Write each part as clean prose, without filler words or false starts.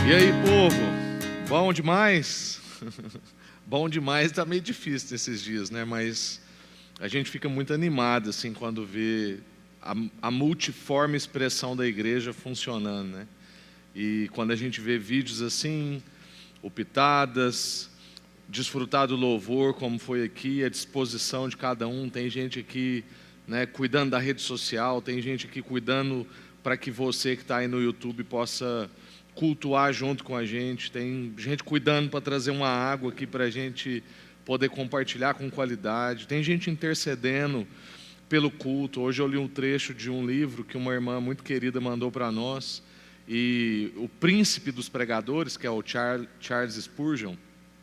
E aí, povo? Bom demais? Bom demais tá meio difícil nesses dias, né? Mas a gente fica muito animado assim quando vê a multiforme expressão da igreja funcionando, né? E quando a gente vê vídeos assim, o Pitadas, desfrutar do louvor, como foi aqui, a disposição de cada um. Tem gente aqui, né, cuidando da rede social, tem gente aqui cuidando para que você que está aí no YouTube possa cultuar junto com a gente. Tem gente cuidando para trazer uma água aqui para a gente poder compartilhar com qualidade. Tem gente intercedendo pelo culto. Hoje eu li um trecho de um livro que uma irmã muito querida mandou para nós. E o príncipe dos pregadores, que é o Charles Spurgeon,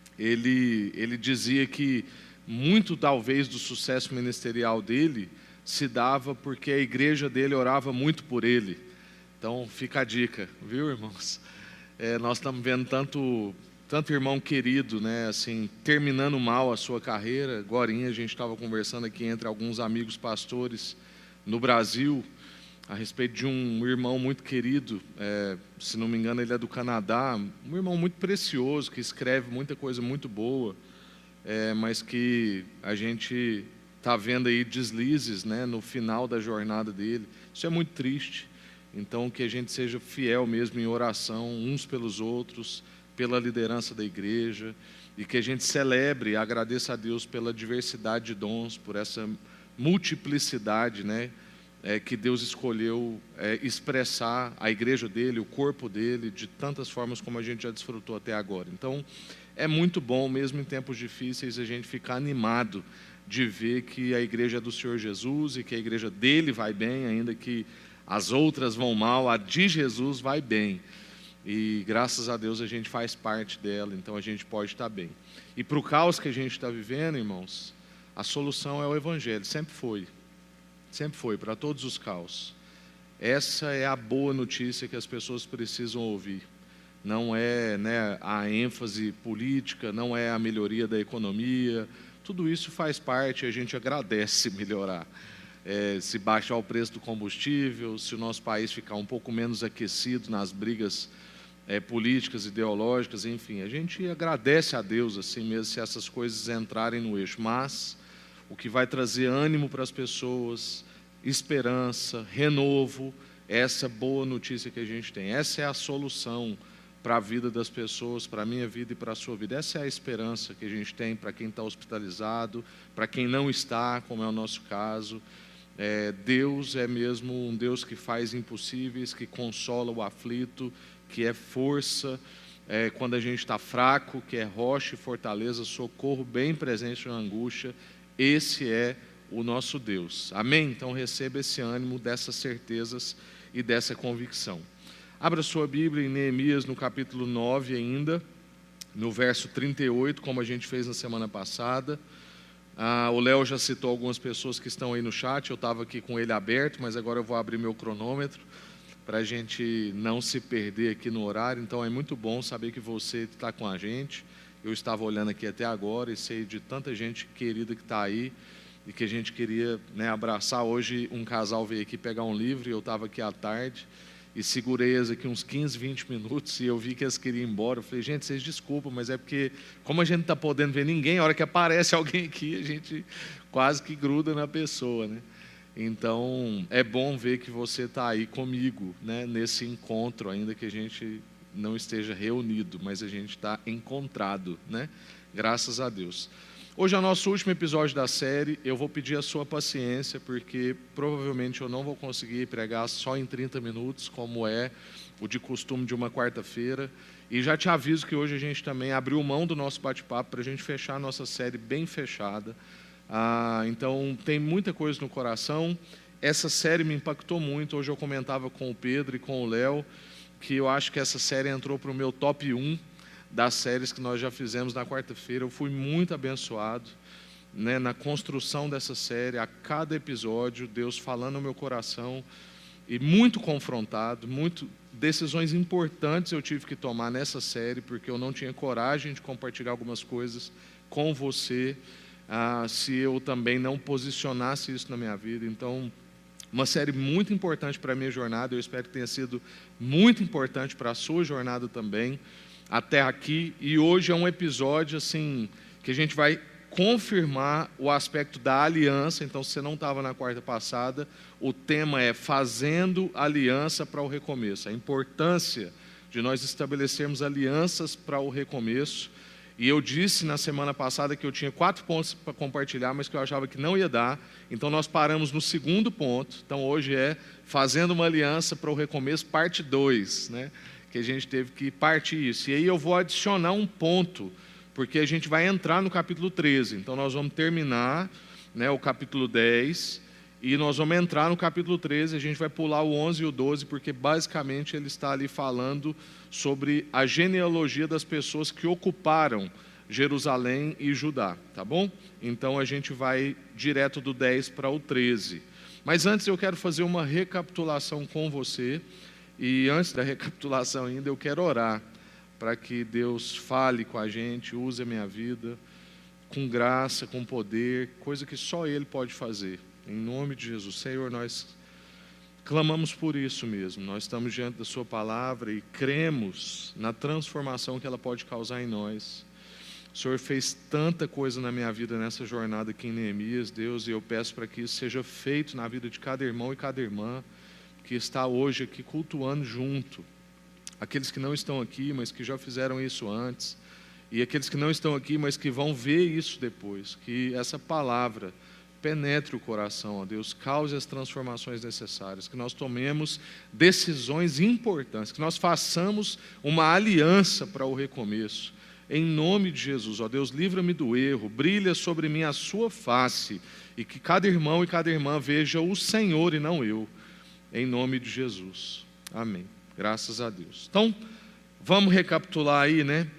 ele dizia que muito talvez do sucesso ministerial dele se dava porque a igreja dele orava muito por ele. Então fica a dica, viu, irmãos? Nós estamos vendo tanto irmão querido, né, assim, terminando mal a sua carreira. Agorinha a gente estava conversando aqui entre alguns amigos pastores no Brasil a respeito de um irmão muito querido, se não me engano ele é do Canadá, um irmão muito precioso, que escreve muita coisa muito boa, mas que a gente está vendo aí deslizes, né, no final da jornada dele. Isso é muito triste. Então que a gente seja fiel mesmo em oração, uns pelos outros, pela liderança da igreja, e que a gente celebre e agradeça a Deus pela diversidade de dons, por essa multiplicidade, né, que Deus escolheu expressar a igreja dele, o corpo dele, de tantas formas como a gente já desfrutou até agora. Então, é muito bom, mesmo em tempos difíceis, a gente ficar animado de ver que a igreja é do Senhor Jesus e que a igreja dele vai bem, ainda que as outras vão mal, a de Jesus vai bem. E graças a Deus a gente faz parte dela, então a gente pode estar bem. E para o caos que a gente está vivendo, irmãos, a solução é o Evangelho, sempre foi, para todos os caos. Essa é a boa notícia que as pessoas precisam ouvir. Não é, né, a ênfase política, não é a melhoria da economia, tudo isso faz parte, a gente agradece melhorar. Se baixar o preço do combustível, se o nosso país ficar um pouco menos aquecido nas brigas políticas, ideológicas, enfim, a gente agradece a Deus assim mesmo se essas coisas entrarem no eixo, mas o que vai trazer ânimo para as pessoas, esperança, renovo, essa boa notícia que a gente tem. Essa é a solução para a vida das pessoas, para a minha vida e para a sua vida. Essa é a esperança que a gente tem para quem está hospitalizado, para quem não está, como é o nosso caso. Deus é mesmo um Deus que faz impossíveis, que consola o aflito, que é força quando a gente está fraco, que é rocha e fortaleza, socorro bem presente na angústia. Esse é o nosso Deus. Amém? Então receba esse ânimo dessas certezas e dessa convicção. Abra sua Bíblia em Neemias no capítulo 9 ainda, no verso 38, como a gente fez na semana passada. O Léo já citou algumas pessoas que estão aí no chat, eu estava aqui com ele aberto, mas agora eu vou abrir meu cronômetro para a gente não se perder aqui no horário. Então é muito bom saber que você está com a gente. Eu estava olhando aqui até agora e sei de tanta gente querida que está aí e que a gente queria, né, abraçar. Hoje um casal veio aqui pegar um livro e eu estava aqui à tarde e segurei-as aqui uns 15, 20 minutos e eu vi que elas queriam ir embora. Eu falei, gente, vocês desculpam, mas é porque como a gente não está podendo ver ninguém, a hora que aparece alguém aqui, a gente quase que gruda na pessoa, né? Então, é bom ver que você está aí comigo, né, nesse encontro, ainda que a gente não esteja reunido, mas a gente está encontrado, né? Graças a Deus. Hoje é o nosso último episódio da série. Eu vou pedir a sua paciência, porque provavelmente eu não vou conseguir pregar só em 30 minutos, como é o de costume de uma quarta-feira. E já te aviso que hoje a gente também abriu mão do nosso bate-papo para a gente fechar a nossa série bem fechada. Então tem muita coisa no coração. Essa série me impactou muito. Hoje eu comentava com o Pedro e com o Léo que eu acho que essa série entrou para o meu top 1 das séries que nós já fizemos na quarta-feira. Eu fui muito abençoado, né, na construção dessa série. A cada episódio, Deus falando no meu coração e muito confrontado, decisões importantes eu tive que tomar nessa série, porque eu não tinha coragem de compartilhar algumas coisas com você, se eu também não posicionasse isso na minha vida. Então, Uma série muito importante para a minha jornada, eu espero que tenha sido muito importante para a sua jornada também, até aqui. E hoje é um episódio assim, que a gente vai confirmar o aspecto da aliança. Então, se você não estava na quarta passada, o tema é Fazendo Aliança para o Recomeço. A importância de nós estabelecermos alianças para o recomeço. E eu disse na semana passada que eu tinha 4 pontos para compartilhar, mas que eu achava que não ia dar. Então nós paramos no segundo ponto. Então hoje é Fazendo uma Aliança para o Recomeço, parte 2, né? Que a gente teve que partir isso. E aí eu vou adicionar um ponto, porque a gente vai entrar no capítulo 13. Então nós vamos terminar, né, o capítulo 10 e nós vamos entrar no capítulo 13. A gente vai pular o 11 e o 12, porque basicamente ele está ali falando sobre a genealogia das pessoas que ocuparam Jerusalém e Judá, tá bom? Então a gente vai direto do 10 para o 13. Mas antes eu quero fazer uma recapitulação com você, e antes da recapitulação ainda eu quero orar para que Deus fale com a gente, use a minha vida com graça, com poder, coisa que só Ele pode fazer. Em nome de Jesus, Senhor, nós clamamos por isso mesmo. Nós estamos diante da Sua palavra e cremos na transformação que ela pode causar em nós. O Senhor fez tanta coisa na minha vida nessa jornada aqui em Neemias, Deus, e eu peço para que isso seja feito na vida de cada irmão e cada irmã que está hoje aqui cultuando junto. Aqueles que não estão aqui, mas que já fizeram isso antes, e aqueles que não estão aqui, mas que vão ver isso depois, que essa palavra penetre o coração, ó Deus, cause as transformações necessárias, que nós tomemos decisões importantes, que nós façamos uma aliança para o recomeço. Em nome de Jesus, ó Deus, livra-me do erro, brilha sobre mim a sua face, e que cada irmão e cada irmã veja o Senhor e não eu, em nome de Jesus. Amém. Graças a Deus. Então, vamos recapitular aí, né?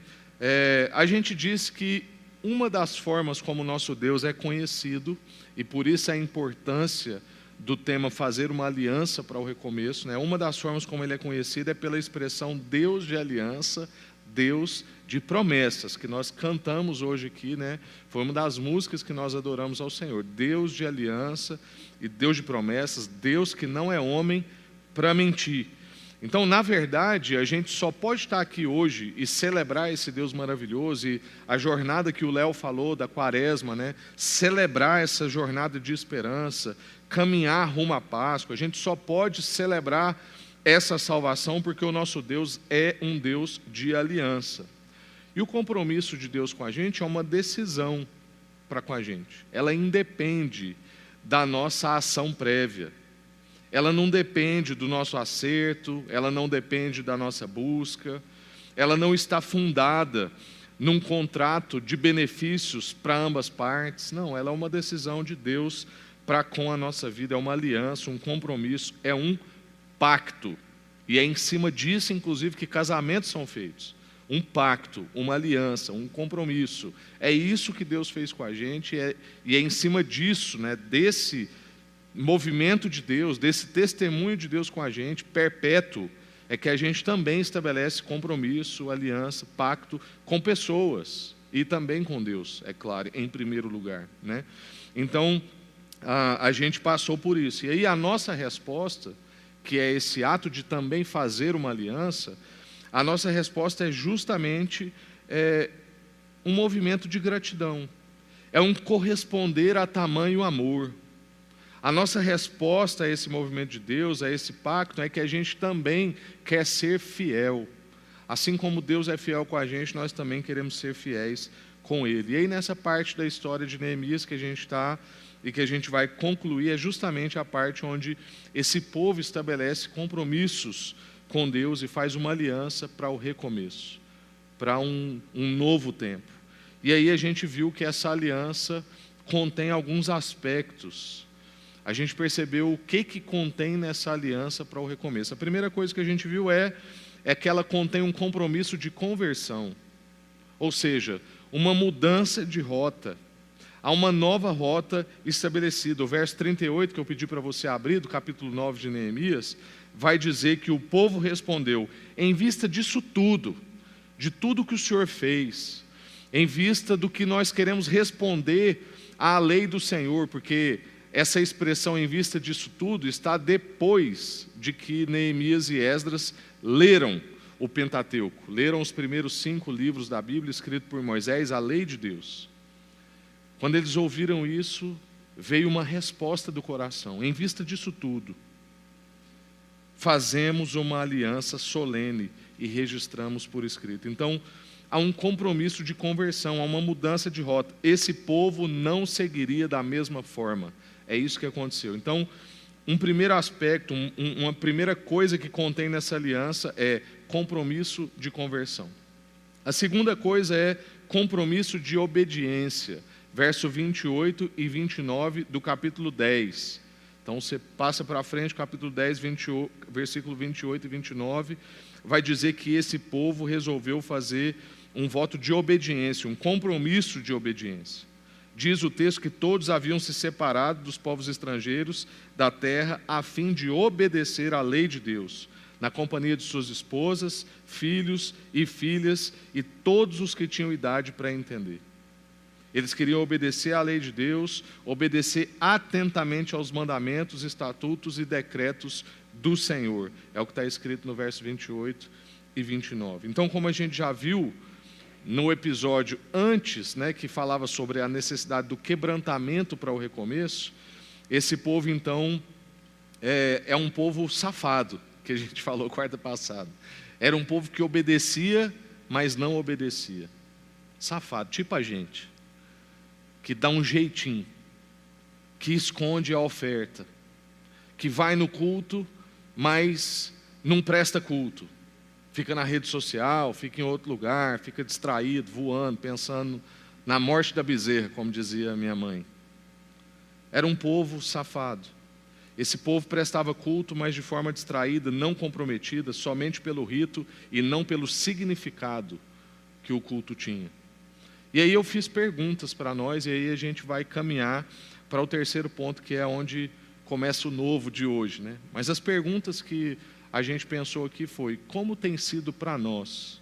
A gente disse que uma das formas como o nosso Deus é conhecido, e por isso a importância do tema fazer uma aliança para o recomeço, né? Uma das formas como ele é conhecido é pela expressão Deus de aliança, Deus de promessas, que nós cantamos hoje aqui, né? Foi uma das músicas que nós adoramos ao Senhor. Deus de aliança e Deus de promessas, Deus que não é homem para mentir. Então, na verdade, a gente só pode estar aqui hoje e celebrar esse Deus maravilhoso, e a jornada que o Léo falou da Quaresma, né? Celebrar essa jornada de esperança, caminhar rumo à Páscoa. A gente só pode celebrar essa salvação porque o nosso Deus é um Deus de aliança. E o compromisso de Deus com a gente é uma decisão para com a gente. Ela independe da nossa ação prévia. Ela não depende do nosso acerto, ela não depende da nossa busca, ela não está fundada num contrato de benefícios para ambas partes. Não, ela é uma decisão de Deus para com a nossa vida, é uma aliança, um compromisso, é um pacto. E é em cima disso, inclusive, que casamentos são feitos. Um pacto, uma aliança, um compromisso. É isso que Deus fez com a gente, e é em cima disso, né, desse movimento de Deus, desse testemunho de Deus com a gente, perpétuo, é que a gente também estabelece compromisso, aliança, pacto com pessoas e também com Deus, é claro, em primeiro lugar, né? Então, a gente passou por isso. E aí a nossa resposta, que é esse ato de também fazer uma aliança, a nossa resposta é justamente um movimento de gratidão, é um corresponder a tamanho amor. A nossa resposta a esse movimento de Deus, a esse pacto, é que a gente também quer ser fiel. Assim como Deus é fiel com a gente, nós também queremos ser fiéis com Ele. E aí nessa parte da história de Neemias que a gente está e que a gente vai concluir, é justamente a parte onde esse povo estabelece compromissos com Deus e faz uma aliança para o recomeço, para um novo tempo. E aí a gente viu que essa aliança contém alguns aspectos. A gente percebeu o que contém nessa aliança para o recomeço. A primeira coisa que a gente viu é que ela contém um compromisso de conversão, ou seja, uma mudança de rota. Há uma nova rota estabelecida. O verso 38, que eu pedi para você abrir, do capítulo 9 de Neemias, vai dizer que o povo respondeu: em vista disso tudo, de tudo que o Senhor fez, em vista do que nós queremos responder à lei do Senhor, porque essa expressão "em vista disso tudo" está depois de que Neemias e Esdras leram o Pentateuco, leram os primeiros 5 livros da Bíblia escritos por Moisés, a lei de Deus. Quando eles ouviram isso, veio uma resposta do coração: em vista disso tudo, fazemos uma aliança solene e registramos por escrito. Então, há um compromisso de conversão, há uma mudança de rota. Esse povo não seguiria da mesma forma. É isso que aconteceu. Então, um primeiro aspecto, uma primeira coisa que contém nessa aliança é compromisso de conversão. A segunda coisa é compromisso de obediência. Verso 28 e 29 do capítulo 10. Então você passa para frente, capítulo 10, versículo 28 e 29, vai dizer que esse povo resolveu fazer um voto de obediência, um compromisso de obediência. Diz o texto que todos haviam se separado dos povos estrangeiros da terra a fim de obedecer à lei de Deus, na companhia de suas esposas, filhos e filhas e todos os que tinham idade para entender. Eles queriam obedecer à lei de Deus, obedecer atentamente aos mandamentos, estatutos e decretos do Senhor. É o que está escrito no verso 28 e 29. Então, como a gente já viu no episódio antes, que falava sobre a necessidade do quebrantamento para o recomeço, esse povo, então, é um povo safado, que a gente falou quarta passada. Era um povo que obedecia, mas não obedecia. Safado, tipo a gente, que dá um jeitinho, que esconde a oferta, que vai no culto, mas não presta culto. Fica na rede social, fica em outro lugar, fica distraído, voando, pensando na morte da bezerra, como dizia minha mãe. Era um povo safado. Esse povo prestava culto, mas de forma distraída, não comprometida, somente pelo rito e não pelo significado que o culto tinha. E aí eu fiz perguntas para nós, e aí a gente vai caminhar para o terceiro ponto, que é onde começa o novo de hoje, Mas as perguntas que a gente pensou aqui foi: como tem sido para nós?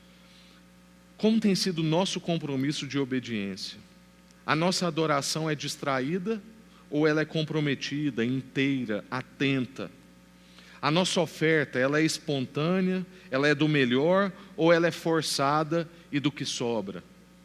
Como tem sido o nosso compromisso de obediência? A nossa adoração é distraída ou ela é comprometida, inteira, atenta? A nossa oferta, ela é espontânea, ela é do melhor ou ela é forçada e do que sobra?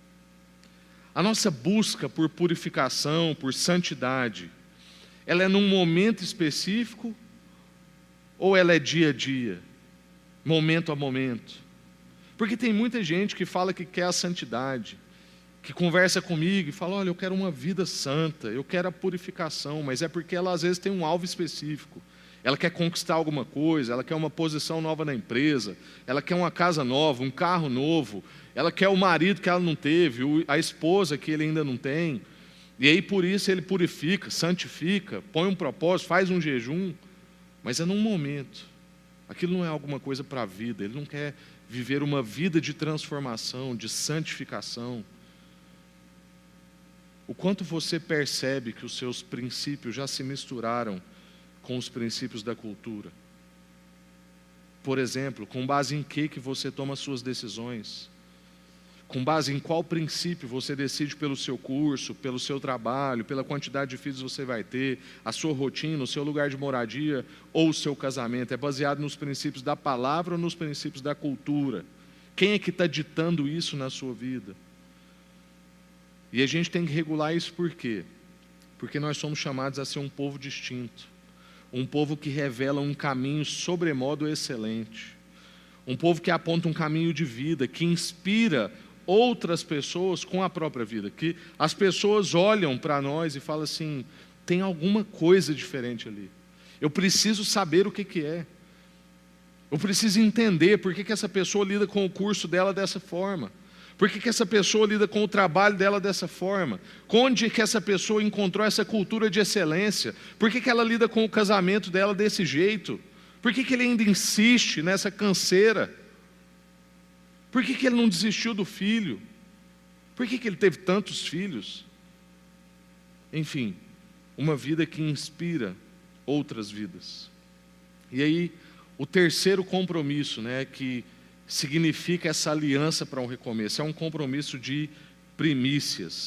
A nossa busca por purificação, por santidade, ela é num momento específico ou ela é dia a dia, momento a momento? Porque tem muita gente que fala que quer a santidade, que conversa comigo e fala: olha, eu quero uma vida santa, eu quero a purificação, mas é porque ela às vezes tem um alvo específico. Ela quer conquistar alguma coisa, ela quer uma posição nova na empresa, ela quer uma casa nova, um carro novo, ela quer o marido que ela não teve, a esposa que ele ainda não tem, e aí por isso ele purifica, santifica, põe um propósito, faz um jejum, mas é num momento. Aquilo não é alguma coisa para a vida, ele não quer viver uma vida de transformação, de santificação. O quanto você percebe que os seus princípios já se misturaram com os princípios da cultura? Por exemplo, com base em que você toma suas decisões? Com base em qual princípio você decide pelo seu curso, pelo seu trabalho, pela quantidade de filhos que você vai ter, a sua rotina, o seu lugar de moradia ou o seu casamento? É baseado nos princípios da palavra ou nos princípios da cultura? Quem é que está ditando isso na sua vida? E a gente tem que regular isso por quê? Porque nós somos chamados a ser um povo distinto, um povo que revela um caminho sobremodo excelente, um povo que aponta um caminho de vida, que inspira outras pessoas com a própria vida, que as pessoas olham para nós e falam assim: tem alguma coisa diferente ali, eu preciso saber o que é, eu preciso entender por que essa pessoa lida com o curso dela dessa forma, por que essa pessoa lida com o trabalho dela dessa forma, onde que essa pessoa encontrou essa cultura de excelência, por que ela lida com o casamento dela desse jeito, por que ele ainda insiste nessa canseira, por que ele não desistiu do filho, por que ele teve tantos filhos? Enfim, uma vida que inspira outras vidas. E aí, o terceiro compromisso, que significa essa aliança para um recomeço, é um compromisso de primícias.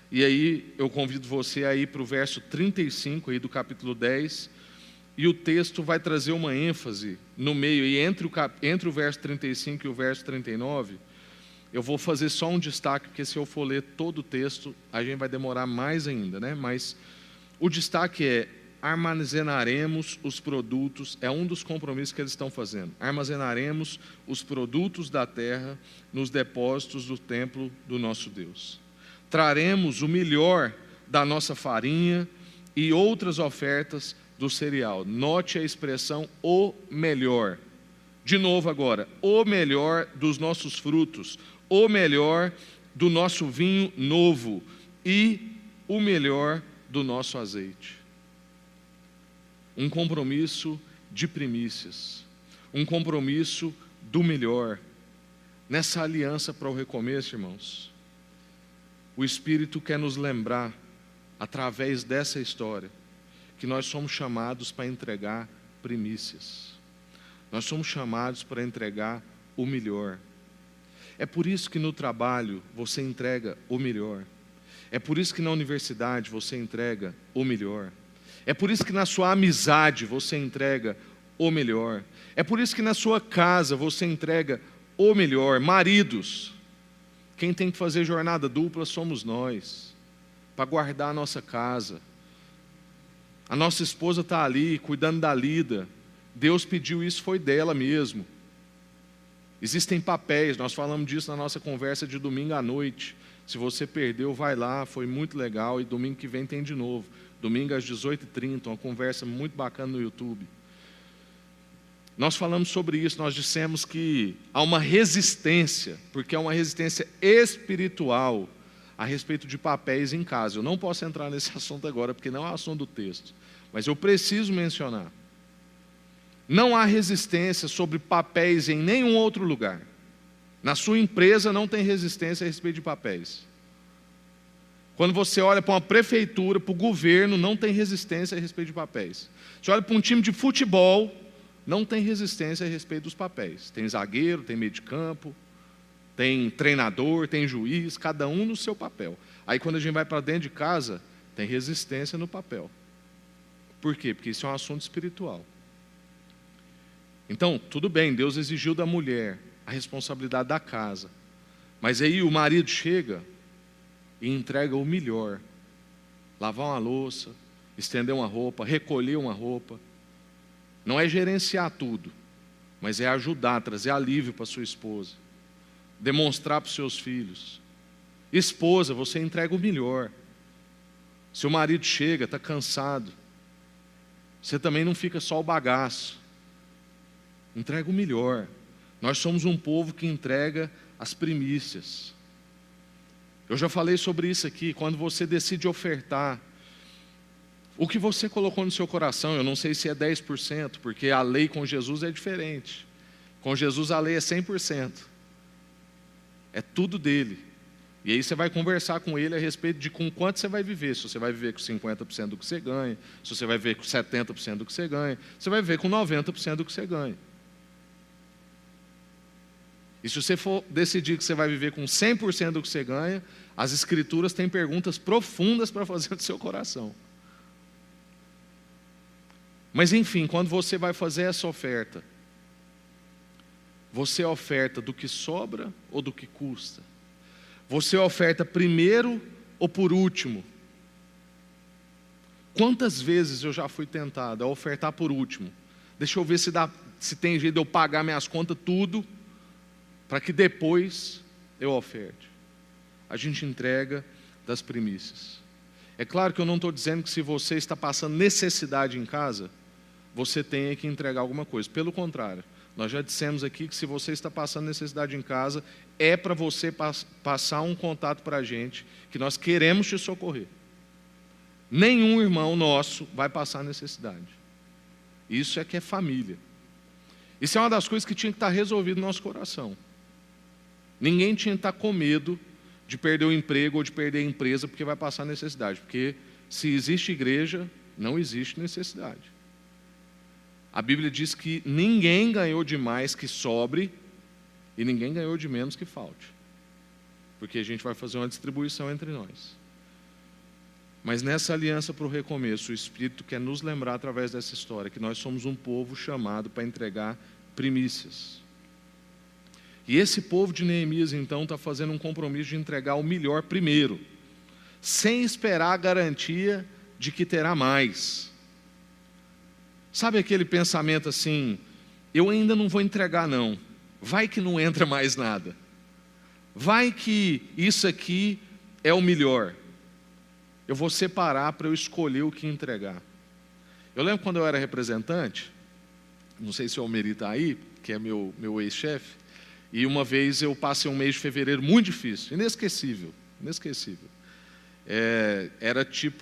E aí eu convido você a ir para o verso 35 aí do capítulo 10, e o texto vai trazer uma ênfase no meio, e entre o verso 35 e o verso 39, eu vou fazer só um destaque, porque se eu for ler todo o texto, a gente vai demorar mais ainda, né? Mas o destaque é: armazenaremos os produtos, é um dos compromissos que eles estão fazendo. Armazenaremos os produtos da terra nos depósitos do templo do nosso Deus. Traremos o melhor da nossa farinha e outras ofertas do cereal. Note a expressão o melhor. De novo agora, o melhor dos nossos frutos, o melhor do nosso vinho novo e o melhor do nosso azeite. Um compromisso de primícias, um compromisso do melhor. Nessa aliança para o recomeço, irmãos, o Espírito quer nos lembrar, através dessa história, que nós somos chamados para entregar primícias. Nós somos chamados para entregar o melhor. É por isso que no trabalho você entrega o melhor. É por isso que na universidade você entrega o melhor. É por isso que na sua amizade você entrega o melhor. É por isso que na sua casa você entrega o melhor. Maridos, quem tem que fazer jornada dupla somos nós, para guardar a nossa casa. A nossa esposa está ali, cuidando da Lida. Deus pediu isso, foi dela mesmo. Existem papéis, nós falamos disso na nossa conversa de domingo à noite. Se você perdeu, vai lá, foi muito legal, e domingo que vem tem de novo. Domingo às 18h30, uma conversa muito bacana no YouTube. Nós falamos sobre isso, nós dissemos que há uma resistência, porque é uma resistência espiritual a respeito de papéis em casa. Eu não posso entrar nesse assunto agora, porque não é o assunto do texto, mas eu preciso mencionar. Não há resistência sobre papéis em nenhum outro lugar. Na sua empresa não tem resistência a respeito de papéis. Quando você olha para uma prefeitura, para o governo, não tem resistência a respeito de papéis. Você olha para um time de futebol, não tem resistência a respeito dos papéis. Tem zagueiro, tem meio de campo, tem treinador, tem juiz, cada um no seu papel. Aí quando a gente vai para dentro de casa, tem resistência no papel. Por quê? Porque isso é um assunto espiritual. Então, tudo bem, Deus exigiu da mulher a responsabilidade da casa. Mas aí o marido chega e entrega o melhor. Lavar uma louça, estender uma roupa, recolher uma roupa. Não é gerenciar tudo, mas é ajudar, trazer alívio para sua esposa. Demonstrar para os seus filhos. Esposa, você entrega o melhor. Seu marido chega, está cansado, você também não fica só o bagaço. Entrega o melhor. Nós somos um povo que entrega as primícias. Eu já falei sobre isso aqui. Quando você decide ofertar, o que você colocou no seu coração, eu não sei se é 10%, porque a lei com Jesus é diferente. Com Jesus a lei é 100%. É tudo dele. E aí você vai conversar com ele a respeito de com quanto você vai viver. Se você vai viver com 50% do que você ganha, se você vai viver com 70% do que você ganha, você vai viver com 90% do que você ganha. E se você for decidir que você vai viver com 100% do que você ganha, as Escrituras têm perguntas profundas para fazer do seu coração. Mas enfim, quando você vai fazer essa oferta, você oferta do que sobra ou do que custa? Você oferta primeiro ou por último? Quantas vezes eu já fui tentado a ofertar por último? Deixa eu ver se tem jeito de eu pagar minhas contas tudo, para que depois eu oferte. A gente entrega das primícias. É claro que eu não estou dizendo que se você está passando necessidade em casa, você tenha que entregar alguma coisa. Pelo contrário, nós já dissemos aqui que se você está passando necessidade em casa, é para você passar um contato para a gente, que nós queremos te socorrer. Nenhum irmão nosso vai passar necessidade. Isso é que é família. Isso é uma das coisas que tinha que estar resolvido no nosso coração. Ninguém tinha que estar com medo de perder o emprego ou de perder a empresa porque vai passar necessidade. Porque se existe igreja, não existe necessidade. A Bíblia diz que ninguém ganhou de mais que sobre e ninguém ganhou de menos que falte. Porque a gente vai fazer uma distribuição entre nós. Mas nessa aliança para o recomeço, o Espírito quer nos lembrar através dessa história que nós somos um povo chamado para entregar primícias. E esse povo de Neemias, então, está fazendo um compromisso de entregar o melhor primeiro, sem esperar a garantia de que terá mais. Sabe aquele pensamento assim, eu ainda não vou entregar não, vai que não entra mais nada, vai que isso aqui é o melhor, eu vou separar para eu escolher o que entregar. Eu lembro quando eu era representante, não sei se o Almeri está aí, que é meu ex-chefe, e uma vez eu passei um mês de fevereiro muito difícil, inesquecível. Era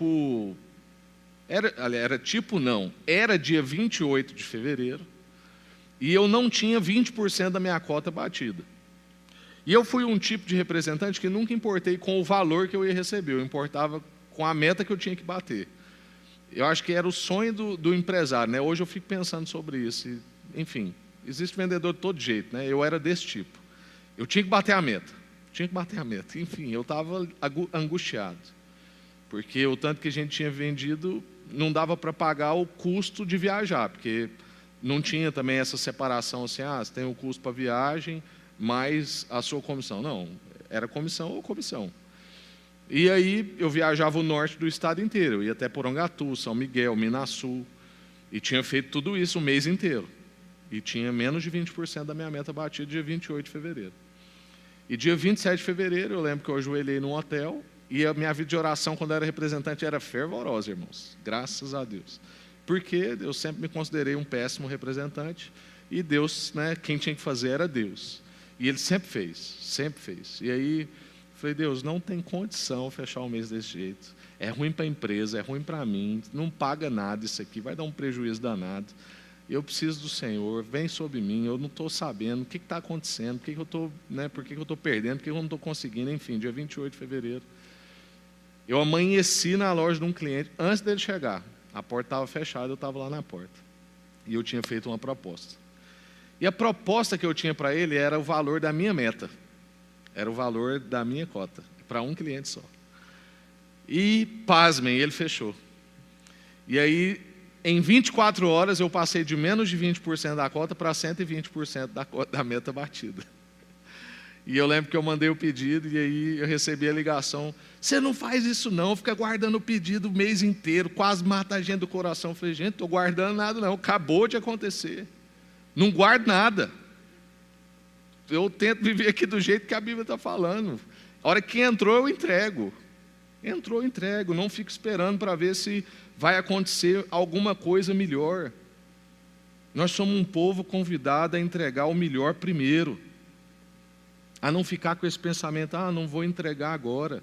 dia 28 de fevereiro, e eu não tinha 20% da minha cota batida. E eu fui um tipo de representante que nunca importei com o valor que eu ia receber, eu importava com a meta que eu tinha que bater. Eu acho que era o sonho do empresário, né? Hoje eu fico pensando sobre isso. E, enfim, existe vendedor de todo jeito, né? Eu era desse tipo. Eu tinha que bater a meta. Enfim, eu estava angustiado. Porque o tanto que a gente tinha vendido não dava para pagar o custo de viajar. Porque não tinha também essa separação assim, você tem o custo para viagem, mais a sua comissão. Não, era comissão ou comissão. E aí eu viajava o norte do estado inteiro, eu ia até Porangatu, São Miguel, Minasul, e tinha feito tudo isso o mês inteiro. E tinha menos de 20% da minha meta batida dia 28 de fevereiro. E dia 27 de fevereiro, eu lembro que eu ajoelhei num hotel, e a minha vida de oração, quando eu era representante, era fervorosa, irmãos, graças a Deus. Porque eu sempre me considerei um péssimo representante, e Deus, né, quem tinha que fazer era Deus. E Ele sempre fez. E aí, falei, Deus, não tem condição fechar o mês desse jeito. É ruim para a empresa, é ruim para mim, não paga nada isso aqui, vai dar um prejuízo danado. Eu preciso do Senhor, vem sobre mim, eu não estou sabendo o que está acontecendo, por que eu estou perdendo, por que eu não estou conseguindo, enfim, dia 28 de fevereiro. Eu amanheci na loja de um cliente, antes dele chegar, a porta estava fechada, eu estava lá na porta. E eu tinha feito uma proposta. E a proposta que eu tinha para ele era o valor da minha meta. Era o valor da minha cota, para um cliente só. E, pasmem, ele fechou. E aí, em 24 horas, eu passei de menos de 20% da cota para 120% da meta batida. E eu lembro que eu mandei o pedido e aí eu recebi a ligação. Você não faz isso não, fica guardando o pedido o mês inteiro, quase mata a gente do coração. Eu falei, gente, estou guardando nada não, acabou de acontecer. Não guardo nada. Eu tento viver aqui do jeito que a Bíblia está falando. A hora que entrou, eu entrego. Entrou, eu entrego. Não fico esperando para ver se vai acontecer alguma coisa melhor. Nós somos um povo convidado a entregar o melhor primeiro. A não ficar com esse pensamento, não vou entregar agora.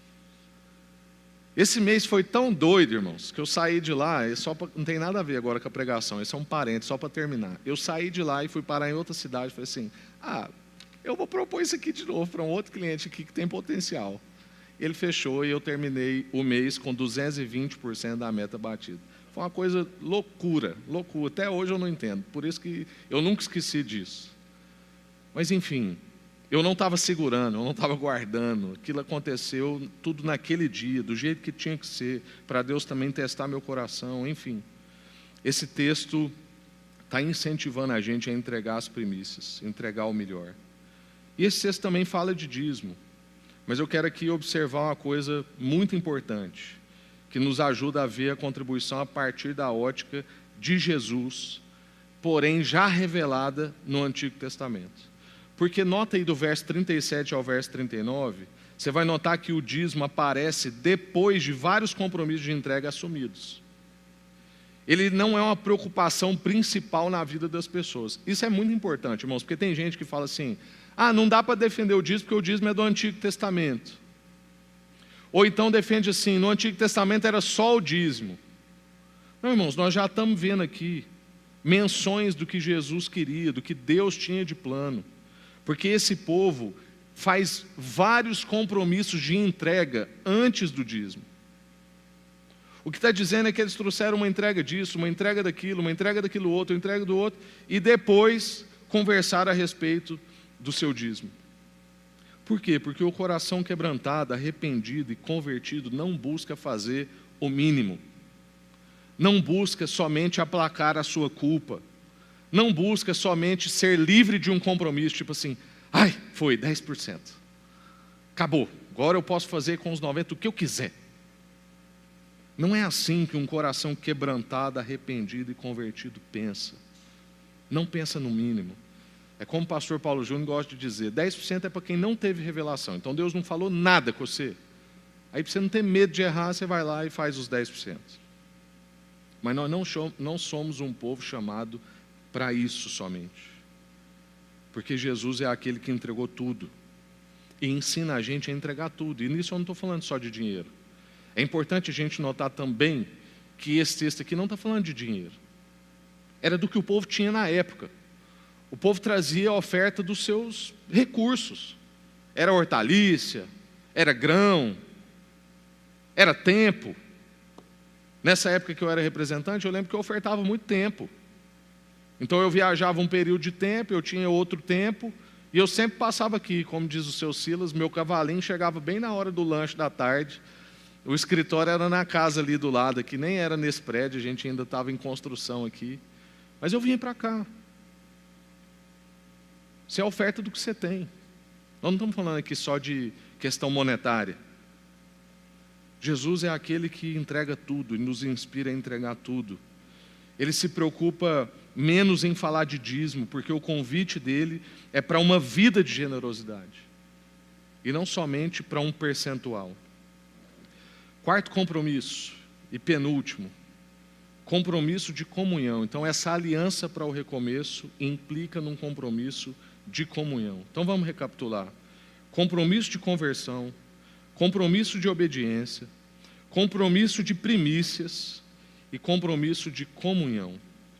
Esse mês foi tão doido, irmãos, que eu saí de lá, não tem nada a ver agora com a pregação, esse é um parênteses, só para terminar. Eu saí de lá e fui parar em outra cidade, falei assim, eu vou propor isso aqui de novo para um outro cliente aqui que tem potencial. Ele fechou e eu terminei o mês com 220% da meta batida. Foi uma coisa loucura. Até hoje eu não entendo, por isso que eu nunca esqueci disso. Mas enfim, eu não estava segurando, eu não estava guardando. Aquilo aconteceu tudo naquele dia, do jeito que tinha que ser, para Deus também testar meu coração, enfim. Esse texto está incentivando a gente a entregar as primícias, entregar o melhor. E esse texto também fala de dízimo. Mas eu quero aqui observar uma coisa muito importante, que nos ajuda a ver a contribuição a partir da ótica de Jesus, porém já revelada no Antigo Testamento. Porque nota aí do verso 37 ao verso 39, você vai notar que o dízimo aparece depois de vários compromissos de entrega assumidos. Ele não é uma preocupação principal na vida das pessoas. Isso é muito importante, irmãos, porque tem gente que fala assim, não dá para defender o dízimo porque o dízimo é do Antigo Testamento. Ou então defende assim, no Antigo Testamento era só o dízimo. Não, irmãos, nós já estamos vendo aqui menções do que Jesus queria, do que Deus tinha de plano. Porque esse povo faz vários compromissos de entrega antes do dízimo. O que está dizendo é que eles trouxeram uma entrega disso, uma entrega daquilo, uma entrega daquilo outro, uma entrega do outro, e depois conversaram a respeito do seu dízimo. Por quê? Porque o coração quebrantado, arrependido e convertido não busca fazer o mínimo. Não busca somente aplacar a sua culpa. Não busca somente ser livre de um compromisso, tipo assim, ai, foi 10%. Acabou, agora eu posso fazer com os 90% o que eu quiser. Não é assim que um coração quebrantado, arrependido e convertido pensa. Não pensa no mínimo. É como o pastor Paulo Júnior gosta de dizer, 10% é para quem não teve revelação. Então Deus não falou nada com você. Aí para você não ter medo de errar, você vai lá e faz os 10%. Mas nós não somos um povo chamado para isso somente. Porque Jesus é aquele que entregou tudo. E ensina a gente a entregar tudo. E nisso eu não estou falando só de dinheiro. É importante a gente notar também que esse texto aqui não está falando de dinheiro. Era do que o povo tinha na época. O povo trazia a oferta dos seus recursos. Era hortaliça, era grão, era tempo. Nessa época que eu era representante, eu lembro que eu ofertava muito tempo. Então eu viajava um período de tempo, eu tinha outro tempo, e eu sempre passava aqui, como diz o seu Silas, meu cavalinho chegava bem na hora do lanche da tarde. O escritório era na casa ali do lado, que nem era nesse prédio, a gente ainda estava em construção aqui. Mas eu vinha para cá. Isso é a oferta do que você tem. Nós não estamos falando aqui só de questão monetária. Jesus é aquele que entrega tudo e nos inspira a entregar tudo. Ele se preocupa menos em falar de dízimo, porque o convite dele é para uma vida de generosidade. E não somente para um percentual. Quarto compromisso e penúltimo, compromisso de comunhão. Então essa aliança para o recomeço implica num compromisso de comunhão. Então vamos recapitular. Compromisso de conversão, compromisso de obediência, compromisso de primícias e compromisso de comunhão.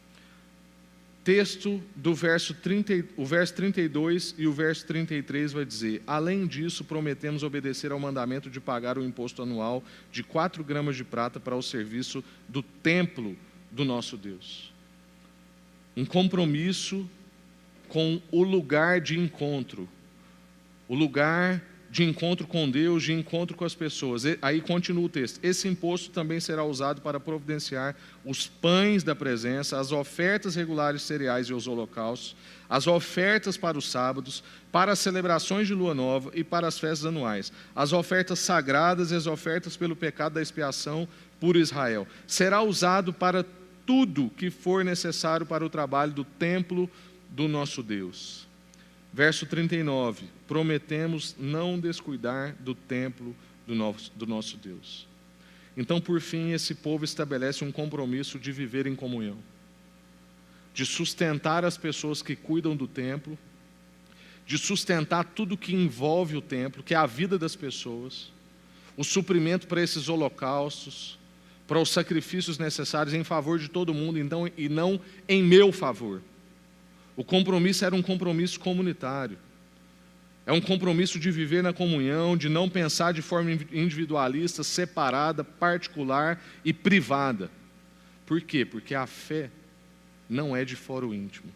Texto do verso 32 e o verso 33 vai dizer: além disso, prometemos obedecer ao mandamento de pagar o imposto anual de 4 gramas de prata para o serviço do templo do nosso Deus. Um compromisso com o lugar de encontro. O lugar de encontro com Deus, de encontro com as pessoas. Aí continua o texto. Esse imposto também será usado para providenciar os pães da presença, as ofertas regulares cereais e os holocaustos, as ofertas para os sábados, para as celebrações de lua nova e para as festas anuais, as ofertas sagradas e as ofertas pelo pecado da expiação por Israel. Será usado para tudo que for necessário para o trabalho do templo do nosso Deus. Verso 39, prometemos não descuidar do templo do nosso Deus. Então, por fim, esse povo estabelece um compromisso de viver em comunhão, de sustentar as pessoas que cuidam do templo, de sustentar tudo que envolve o templo, que é a vida das pessoas, o suprimento para esses holocaustos, para os sacrifícios necessários em favor de todo mundo, então, e não em meu favor. O compromisso era um compromisso comunitário. É um compromisso de viver na comunhão, de não pensar de forma individualista, separada, particular e privada. Por quê? Porque a fé não é de fórum íntimo.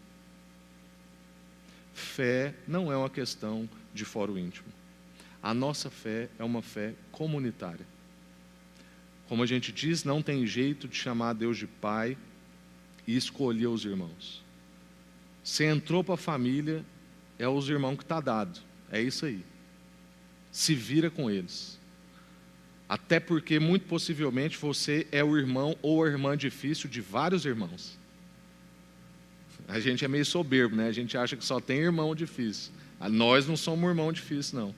Fé não é uma questão de fórum íntimo. A nossa fé é uma fé comunitária. Como a gente diz, não tem jeito de chamar Deus de Pai e escolher os irmãos. Você entrou para a família, é os irmãos que está dado. É isso aí. Se vira com eles. Até porque, muito possivelmente, você é o irmão ou a irmã difícil de vários irmãos. A gente é meio soberbo, né? A gente acha que só tem irmão difícil. Nós não somos irmão difícil, não.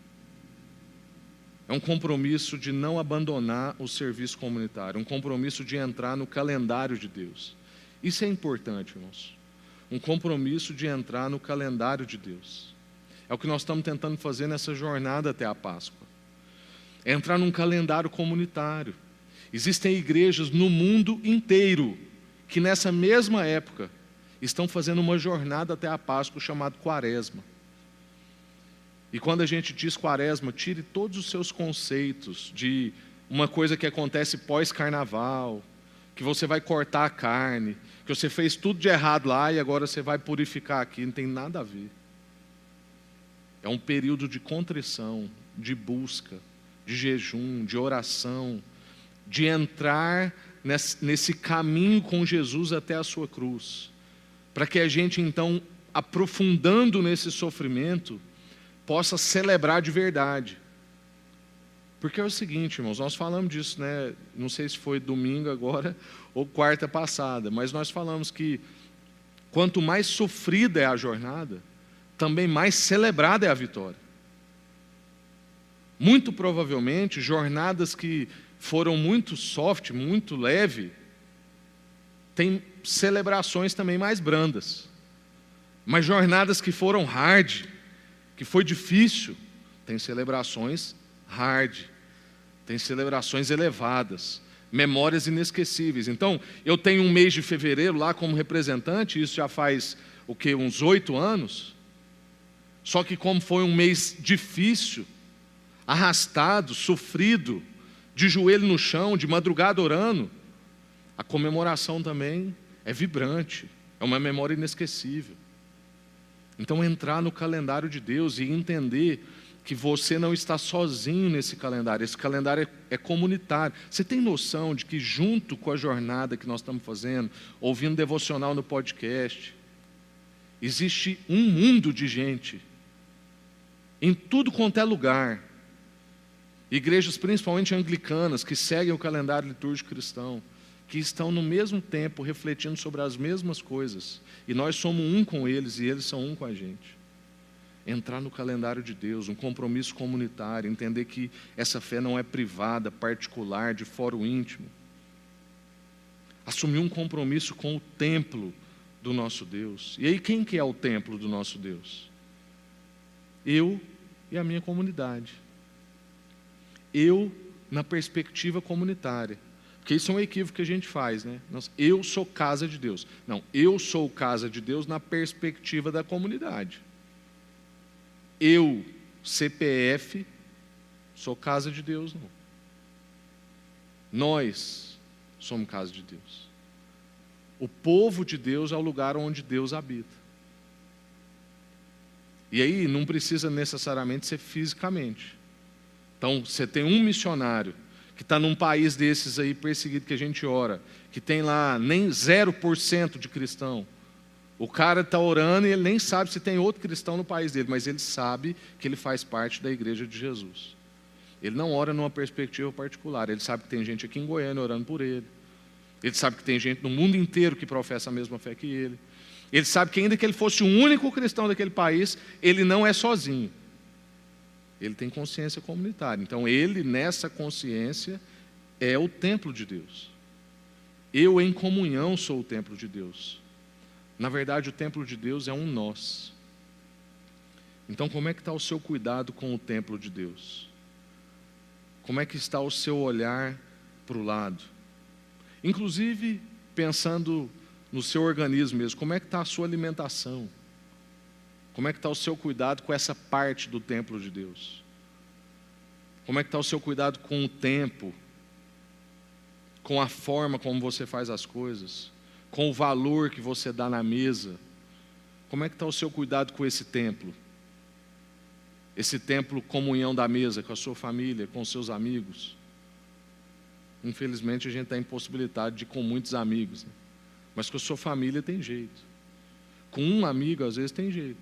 É um compromisso de não abandonar o serviço comunitário. Um compromisso de entrar no calendário de Deus. Isso é importante, irmãos. Um compromisso de entrar no calendário de Deus. É o que nós estamos tentando fazer nessa jornada até a Páscoa. É entrar num calendário comunitário. Existem igrejas no mundo inteiro que nessa mesma época estão fazendo uma jornada até a Páscoa chamada Quaresma. E quando a gente diz Quaresma, tire todos os seus conceitos de uma coisa que acontece pós-carnaval, que você vai cortar a carne, que você fez tudo de errado lá e agora você vai purificar aqui. Não tem nada a ver. É um período de contrição, de busca, de jejum, de oração, de entrar nesse caminho com Jesus até a sua cruz, para que a gente então, aprofundando nesse sofrimento, possa celebrar de verdade. Porque é o seguinte, irmãos, nós falamos disso, né? Não sei se foi domingo agora ou quarta passada, mas nós falamos que quanto mais sofrida é a jornada, também mais celebrada é a vitória. Muito provavelmente, jornadas que foram muito soft, muito leve, tem celebrações também mais brandas. Mas jornadas que foram hard, que foi difícil, tem celebrações hard, tem celebrações elevadas, memórias inesquecíveis. Então, eu tenho um mês de fevereiro lá como representante, isso já faz, uns 8 anos, só que como foi um mês difícil, arrastado, sofrido, de joelho no chão, de madrugada orando, a comemoração também é vibrante, é uma memória inesquecível. Então, entrar no calendário de Deus e entender que você não está sozinho nesse calendário, esse calendário é comunitário. Você tem noção de que junto com a jornada que nós estamos fazendo, ouvindo devocional no podcast, existe um mundo de gente, em tudo quanto é lugar, igrejas principalmente anglicanas, que seguem o calendário litúrgico cristão, que estão no mesmo tempo refletindo sobre as mesmas coisas, e nós somos um com eles e eles são um com a gente. Entrar no calendário de Deus, um compromisso comunitário, entender que essa fé não é privada, particular, de fórum íntimo. Assumir um compromisso com o templo do nosso Deus. E aí quem que é o templo do nosso Deus? Eu e a minha comunidade. Eu na perspectiva comunitária. Porque isso é um equívoco que a gente faz, né? Eu sou casa de Deus. Não, eu sou casa de Deus na perspectiva da comunidade. Eu, CPF, sou casa de Deus, não. Nós somos casa de Deus. O povo de Deus é o lugar onde Deus habita. E aí não precisa necessariamente ser fisicamente. Então, você tem um missionário que está num país desses aí perseguido que a gente ora, que tem lá nem 0% de cristão. O cara está orando e ele nem sabe se tem outro cristão no país dele, mas ele sabe que ele faz parte da igreja de Jesus. Ele não ora numa perspectiva particular, ele sabe que tem gente aqui em Goiânia orando por ele. Ele sabe que tem gente no mundo inteiro que professa a mesma fé que ele. Ele sabe que ainda que ele fosse o único cristão daquele país, ele não é sozinho. Ele tem consciência comunitária. Então ele, nessa consciência, é o templo de Deus. Eu, em comunhão, sou o templo de Deus. Na verdade, o templo de Deus é um nós. Então, como é que está o seu cuidado com o templo de Deus? Como é que está o seu olhar para o lado? Inclusive, pensando no seu organismo mesmo, como é que está a sua alimentação? Como é que está o seu cuidado com essa parte do templo de Deus? Como é que está o seu cuidado com o tempo? Com a forma como você faz as coisas? Com o valor que você dá na mesa? Como é que está o seu cuidado com esse templo? Esse templo comunhão da mesa, com a sua família, com os seus amigos. Infelizmente a gente está impossibilitado de ir com muitos amigos, né? Mas com a sua família tem jeito. Com um amigo às vezes tem jeito.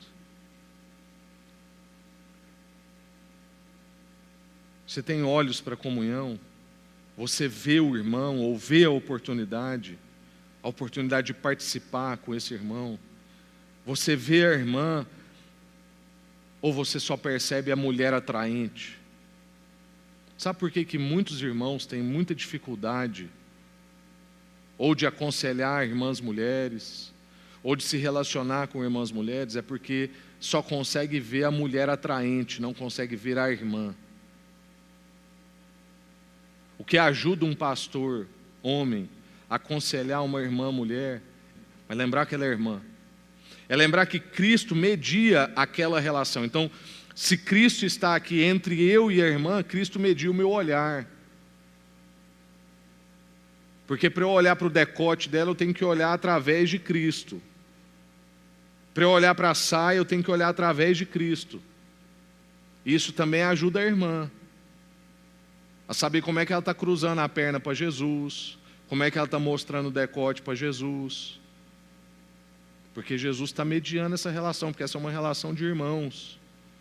Você tem olhos para a comunhão, você vê o irmão ou vê a oportunidade de participar com esse irmão. Você vê a irmã ou você só percebe a mulher atraente? Sabe por que muitos irmãos têm muita dificuldade ou de aconselhar irmãs mulheres, ou de se relacionar com irmãs mulheres? É porque só consegue ver a mulher atraente, não consegue ver a irmã. O que ajuda um pastor, homem, a aconselhar uma irmã mulher, é lembrar que ela é irmã. É lembrar que Cristo media aquela relação. Então, se Cristo está aqui entre eu e a irmã, Cristo media o meu olhar. Porque para eu olhar para o decote dela, eu tenho que olhar através de Cristo. Para eu olhar para a saia, eu tenho que olhar através de Cristo. Isso também ajuda a irmã a saber como é que ela está cruzando a perna para Jesus, como é que ela está mostrando o decote para Jesus. Porque Jesus está mediando essa relação, porque essa é uma relação de irmãos.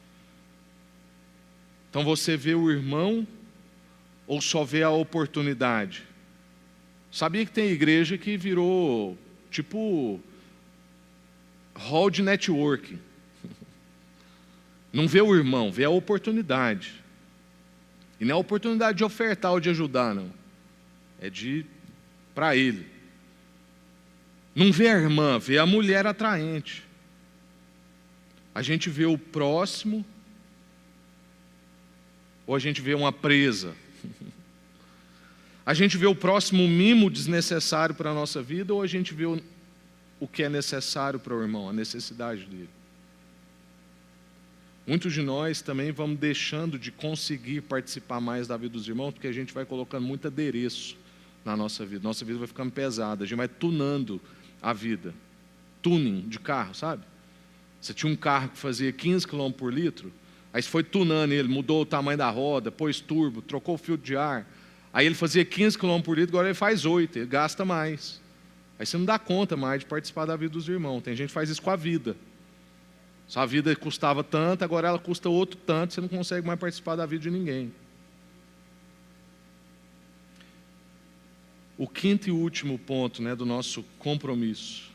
Então você vê o irmão ou só vê a oportunidade? Sabia que tem igreja que virou tipo hall de networking. Não vê o irmão, vê a oportunidade. E não é a oportunidade de ofertar ou de ajudar, não. É de para ele. Não vê a irmã, vê a mulher atraente. A gente vê o próximo, ou a gente vê uma presa. A gente vê o próximo mimo desnecessário para a nossa vida, ou a gente vê o que é necessário para o irmão, a necessidade dele. Muitos de nós também vamos deixando de conseguir participar mais da vida dos irmãos, porque a gente vai colocando muito adereço na nossa vida. Nossa vida vai ficando pesada, a gente vai tunando a vida. Tuning de carro, sabe? Você tinha um carro que fazia 15 km por litro, aí você foi tunando ele, mudou o tamanho da roda, pôs turbo, trocou o filtro de ar. Aí ele fazia 15 km por litro, agora ele faz 8, ele gasta mais. Aí você não dá conta mais de participar da vida dos irmãos. Tem gente que faz isso com a vida. Sua vida custava tanto, agora ela custa outro tanto, você não consegue mais participar da vida de ninguém. O quinto e último ponto, do nosso compromisso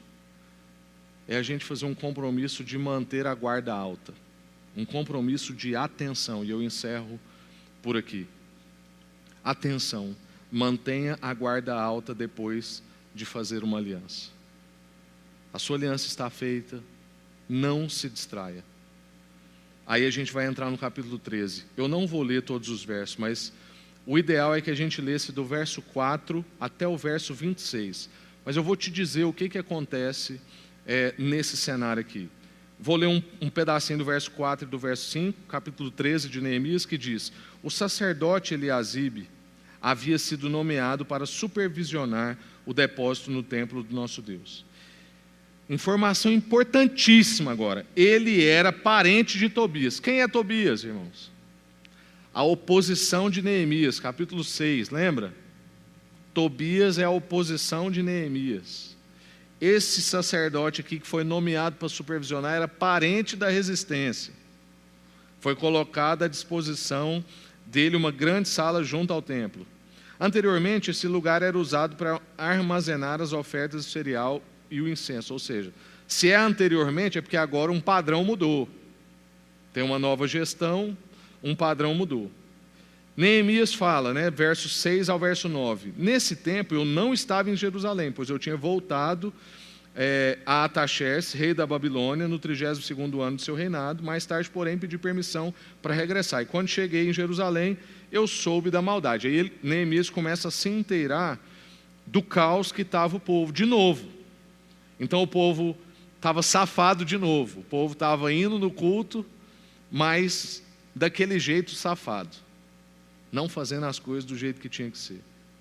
é a gente fazer um compromisso de manter a guarda alta. Um compromisso de atenção. E eu encerro por aqui. Atenção. Mantenha a guarda alta depois de fazer uma aliança. A sua aliança está feita. Não se distraia. Aí a gente vai entrar no capítulo 13. Eu não vou ler todos os versos, mas o ideal é que a gente lesse do verso 4 até o verso 26. Mas eu vou te dizer o que acontece nesse cenário aqui. Vou ler um pedacinho do verso 4 e do verso 5, capítulo 13 de Neemias, que diz: o sacerdote Eliasibe havia sido nomeado para supervisionar o depósito no templo do nosso Deus. Informação importantíssima agora. Ele era parente de Tobias. Quem é Tobias, irmãos? A oposição de Neemias, capítulo 6, lembra? Tobias é a oposição de Neemias. Esse sacerdote aqui que foi nomeado para supervisionar era parente da resistência. Foi colocada à disposição dele uma grande sala junto ao templo. Anteriormente, esse lugar era usado para armazenar as ofertas de cereal e o incenso, ou seja, se é anteriormente é porque agora um padrão mudou. Tem uma nova gestão, um padrão mudou. Neemias fala, versos 6 ao verso 9: nesse tempo eu não estava em Jerusalém, pois eu tinha voltado a Ataxerxes, rei da Babilônia, no 32º ano do seu reinado. Mais tarde, porém, pedi permissão para regressar. E quando cheguei em Jerusalém, eu soube da maldade. Aí Neemias começa a se inteirar do caos que estava o povo, de novo. Então o povo estava safado de novo. O povo estava indo no culto, mas daquele jeito safado. Não fazendo as coisas do jeito que tinha que ser.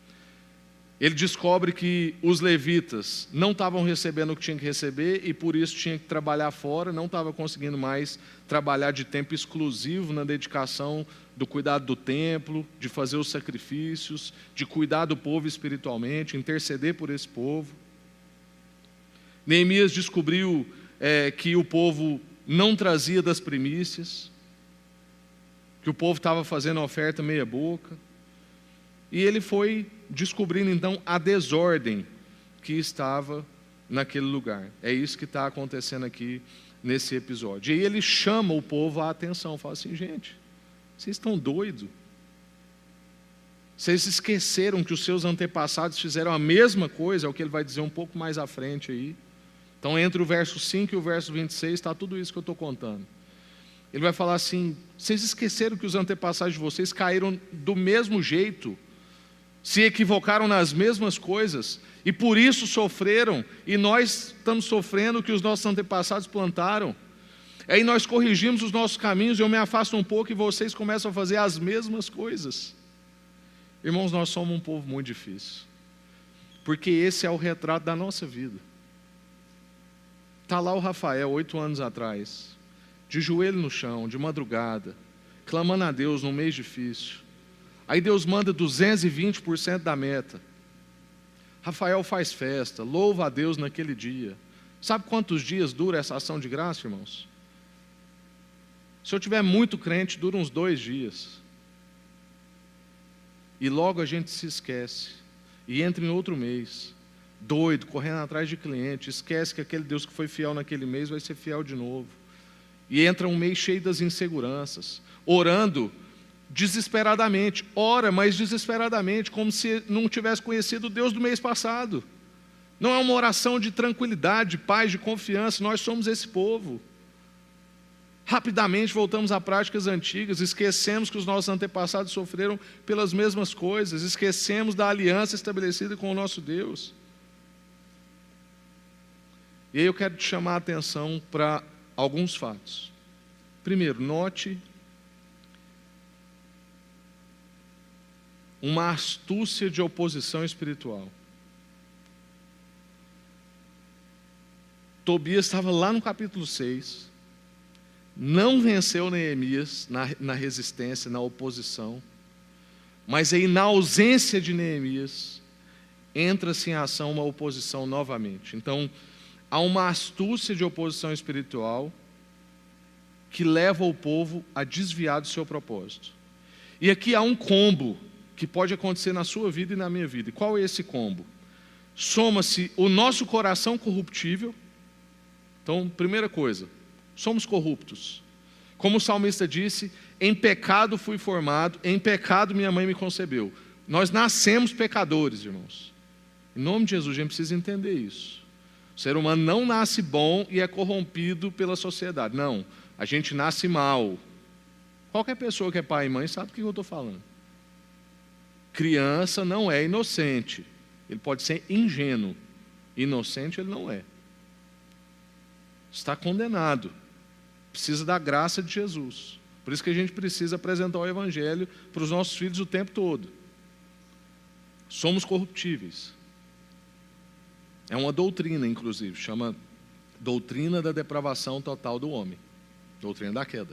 Ele descobre que os levitas não estavam recebendo o que tinham que receber e por isso tinha que trabalhar fora, não estava conseguindo mais trabalhar de tempo exclusivo na dedicação do cuidado do templo, de fazer os sacrifícios, de cuidar do povo espiritualmente, interceder por esse povo. Neemias descobriu que o povo não trazia das primícias, que o povo estava fazendo a oferta meia boca, e ele foi descobrindo então a desordem que estava naquele lugar. É isso que está acontecendo aqui nesse episódio. E ele chama o povo à atenção, fala assim: gente, vocês estão doidos? Vocês esqueceram que os seus antepassados fizeram a mesma coisa? É o que ele vai dizer um pouco mais à frente aí. Então, entre o verso 5 e o verso 26, está tudo isso que eu estou contando. Ele vai falar assim: vocês esqueceram que os antepassados de vocês caíram do mesmo jeito, se equivocaram nas mesmas coisas, e por isso sofreram, e nós estamos sofrendo o que os nossos antepassados plantaram. Aí nós corrigimos os nossos caminhos, eu me afasto um pouco e vocês começam a fazer as mesmas coisas. Irmãos, nós somos um povo muito difícil, porque esse é o retrato da nossa vida. Está lá o Rafael, 8 anos atrás, de joelho no chão, de madrugada, clamando a Deus num mês difícil. Aí Deus manda 220% da meta. Rafael faz festa, louva a Deus naquele dia. Sabe quantos dias dura essa ação de graça, irmãos? Se eu tiver muito crente, dura uns 2 dias. E logo a gente se esquece. E entra em outro mês, doido, correndo atrás de cliente. Esquece que aquele Deus que foi fiel naquele mês vai ser fiel de novo. E entra um mês cheio das inseguranças. Orando desesperadamente. Ora, mas desesperadamente, como se não tivesse conhecido o Deus do mês passado. Não é uma oração de tranquilidade, de paz, de confiança. Nós somos esse povo. Rapidamente voltamos a práticas antigas, esquecemos que os nossos antepassados sofreram pelas mesmas coisas, esquecemos da aliança estabelecida com o nosso Deus. E aí eu quero te chamar a atenção para alguns fatos. Primeiro, note uma astúcia de oposição espiritual. Tobias estava lá no capítulo 6, não venceu Neemias na resistência, na oposição, mas aí na ausência de Neemias, entra-se em ação uma oposição novamente. Então, há uma astúcia de oposição espiritual que leva o povo a desviar do seu propósito. E aqui há um combo que pode acontecer na sua vida e na minha vida. E qual é esse combo? Soma-se o nosso coração corruptível. Então, primeira coisa, somos corruptos. Como o salmista disse, em pecado fui formado, em pecado minha mãe me concebeu. Nós nascemos pecadores, irmãos. Em nome de Jesus, a gente precisa entender isso. O ser humano não nasce bom e é corrompido pela sociedade. Não, a gente nasce mal. Qualquer pessoa que é pai e mãe sabe do que eu estou falando. Criança não é inocente. Ele pode ser ingênuo. Inocente ele não é. Está condenado. Precisa da graça de Jesus. Por isso que a gente precisa apresentar o Evangelho para os nossos filhos o tempo todo. Somos corruptíveis. É uma doutrina, inclusive, chama doutrina da depravação total do homem. Doutrina da queda.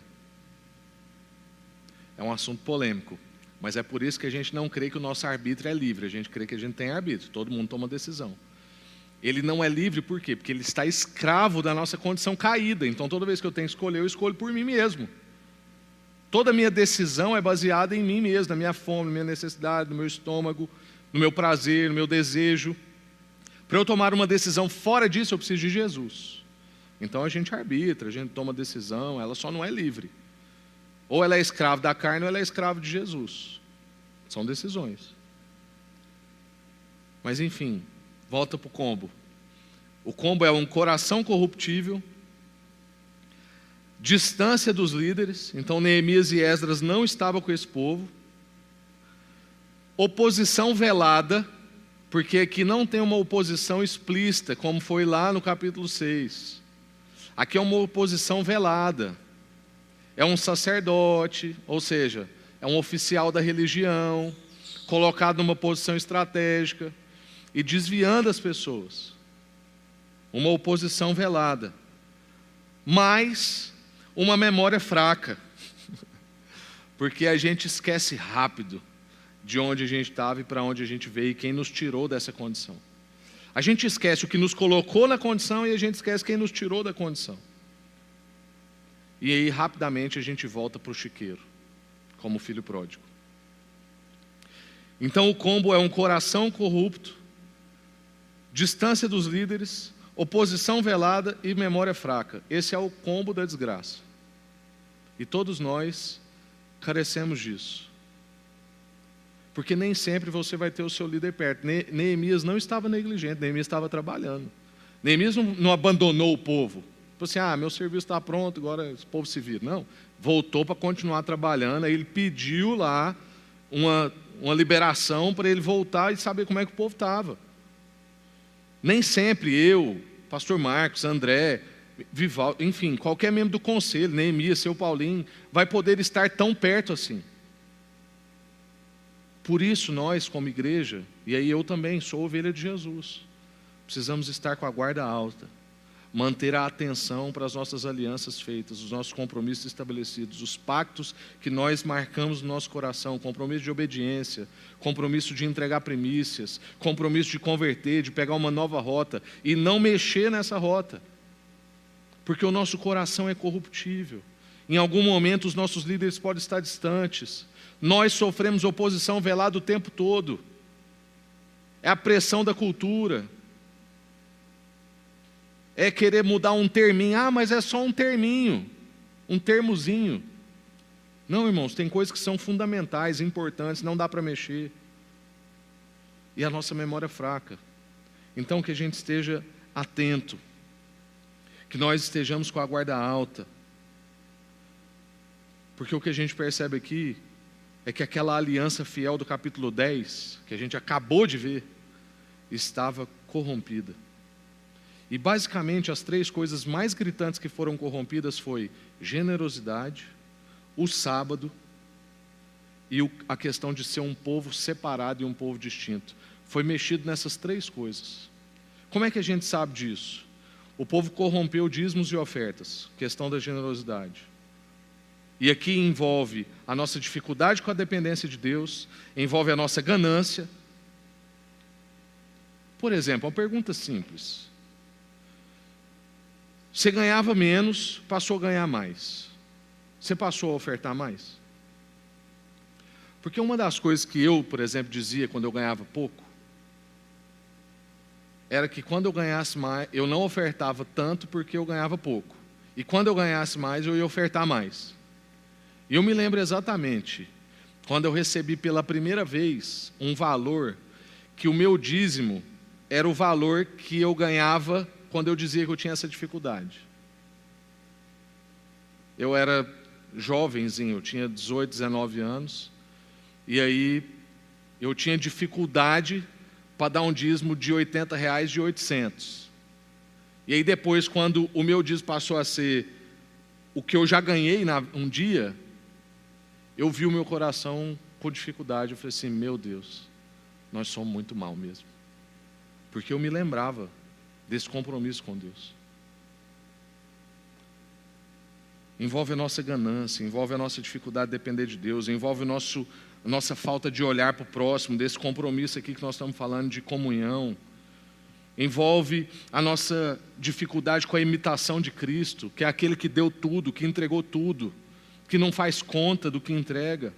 É um assunto polêmico, mas é por isso que a gente não crê que o nosso arbítrio é livre. A gente crê que a gente tem arbítrio, todo mundo toma decisão. Ele não é livre por quê? Porque ele está escravo da nossa condição caída. Então toda vez que eu tenho que escolher, eu escolho por mim mesmo. Toda a minha decisão é baseada em mim mesmo, na minha fome, na minha necessidade, no meu estômago, no meu prazer, no meu desejo. Para eu tomar uma decisão fora disso, eu preciso de Jesus. Então a gente arbitra, a gente toma decisão, ela só não é livre. Ou ela é escrava da carne ou ela é escrava de Jesus. São decisões. Mas enfim, volta para o combo. O combo é um coração corruptível, distância dos líderes. Então Neemias e Esdras não estavam com esse povo. Oposição velada, porque aqui não tem uma oposição explícita, como foi lá no capítulo 6. Aqui é uma oposição velada. É um sacerdote, ou seja, é um oficial da religião, colocado numa posição estratégica e desviando as pessoas. Uma oposição velada. Mas uma memória fraca. Porque a gente esquece rápido de onde a gente estava e para onde a gente veio e quem nos tirou dessa condição. A gente esquece o que nos colocou na condição e a gente esquece quem nos tirou da condição. E aí rapidamente a gente volta para o chiqueiro, como o filho pródigo. Então o combo é um coração corrupto, distância dos líderes, oposição velada e memória fraca. Esse é o combo da desgraça. E todos nós carecemos disso. Porque nem sempre você vai ter o seu líder perto. Neemias não estava negligente, Neemias estava trabalhando. Neemias não abandonou o povo. Tipo assim, meu serviço está pronto, agora o povo se vira. Não, voltou para continuar trabalhando. Aí ele pediu lá uma liberação para ele voltar e saber como é que o povo estava. Nem sempre eu, pastor Marcos, André, Vivaldo, enfim, qualquer membro do conselho, Neemias, seu Paulinho, vai poder estar tão perto assim. Por isso nós, como igreja, e aí eu também sou ovelha de Jesus, precisamos estar com a guarda alta. manter a atenção para as nossas alianças feitas, os nossos compromissos estabelecidos, os pactos que nós marcamos no nosso coração, compromisso de obediência, compromisso de entregar primícias, compromisso de converter, de pegar uma nova rota e não mexer nessa rota, porque o nosso coração é corruptível. Em algum momento os nossos líderes podem estar distantes, nós sofremos oposição velada o tempo todo, é a pressão da cultura, é querer mudar um terminho. Mas é só um terminho, um termozinho. Não, irmãos, tem coisas que são fundamentais, importantes, não dá para mexer. E a nossa memória é fraca. Então que a gente esteja atento, que nós estejamos com a guarda alta. Porque o que a gente percebe aqui é que aquela aliança fiel do capítulo 10, que a gente acabou de ver, estava corrompida. E basicamente as três coisas mais gritantes que foram corrompidas foi generosidade, o sábado e a questão de ser um povo separado e um povo distinto. Foi mexido nessas três coisas. Como é que a gente sabe disso? O povo corrompeu dízimos e ofertas, questão da generosidade. E aqui envolve a nossa dificuldade com a dependência de Deus, envolve a nossa ganância. Por exemplo, uma pergunta simples. Você ganhava menos, passou a ganhar mais. Você passou a ofertar mais? Porque uma das coisas que eu, por exemplo, dizia quando eu ganhava pouco, era que quando eu ganhasse mais, eu não ofertava tanto porque eu ganhava pouco. E quando eu ganhasse mais, eu ia ofertar mais. E eu me lembro exatamente, quando eu recebi pela primeira vez um valor, que o meu dízimo era o valor que eu ganhava quando eu dizia que eu tinha essa dificuldade. Eu era jovenzinho, eu tinha 18, 19 anos, e aí eu tinha dificuldade para dar um dízimo de R$80 de 800. E aí depois, quando o meu dízimo passou a ser o que eu já ganhei um dia, eu vi o meu coração com dificuldade. Eu falei assim, meu Deus, nós somos muito mal mesmo. Porque eu me lembrava desse compromisso com Deus. Envolve a nossa ganância, envolve a nossa dificuldade de depender de Deus, envolve a nossa falta de olhar para o próximo, desse compromisso aqui que nós estamos falando de comunhão. Envolve a nossa dificuldade com a imitação de Cristo, que é aquele que deu tudo, que entregou tudo, que não faz conta do que entrega.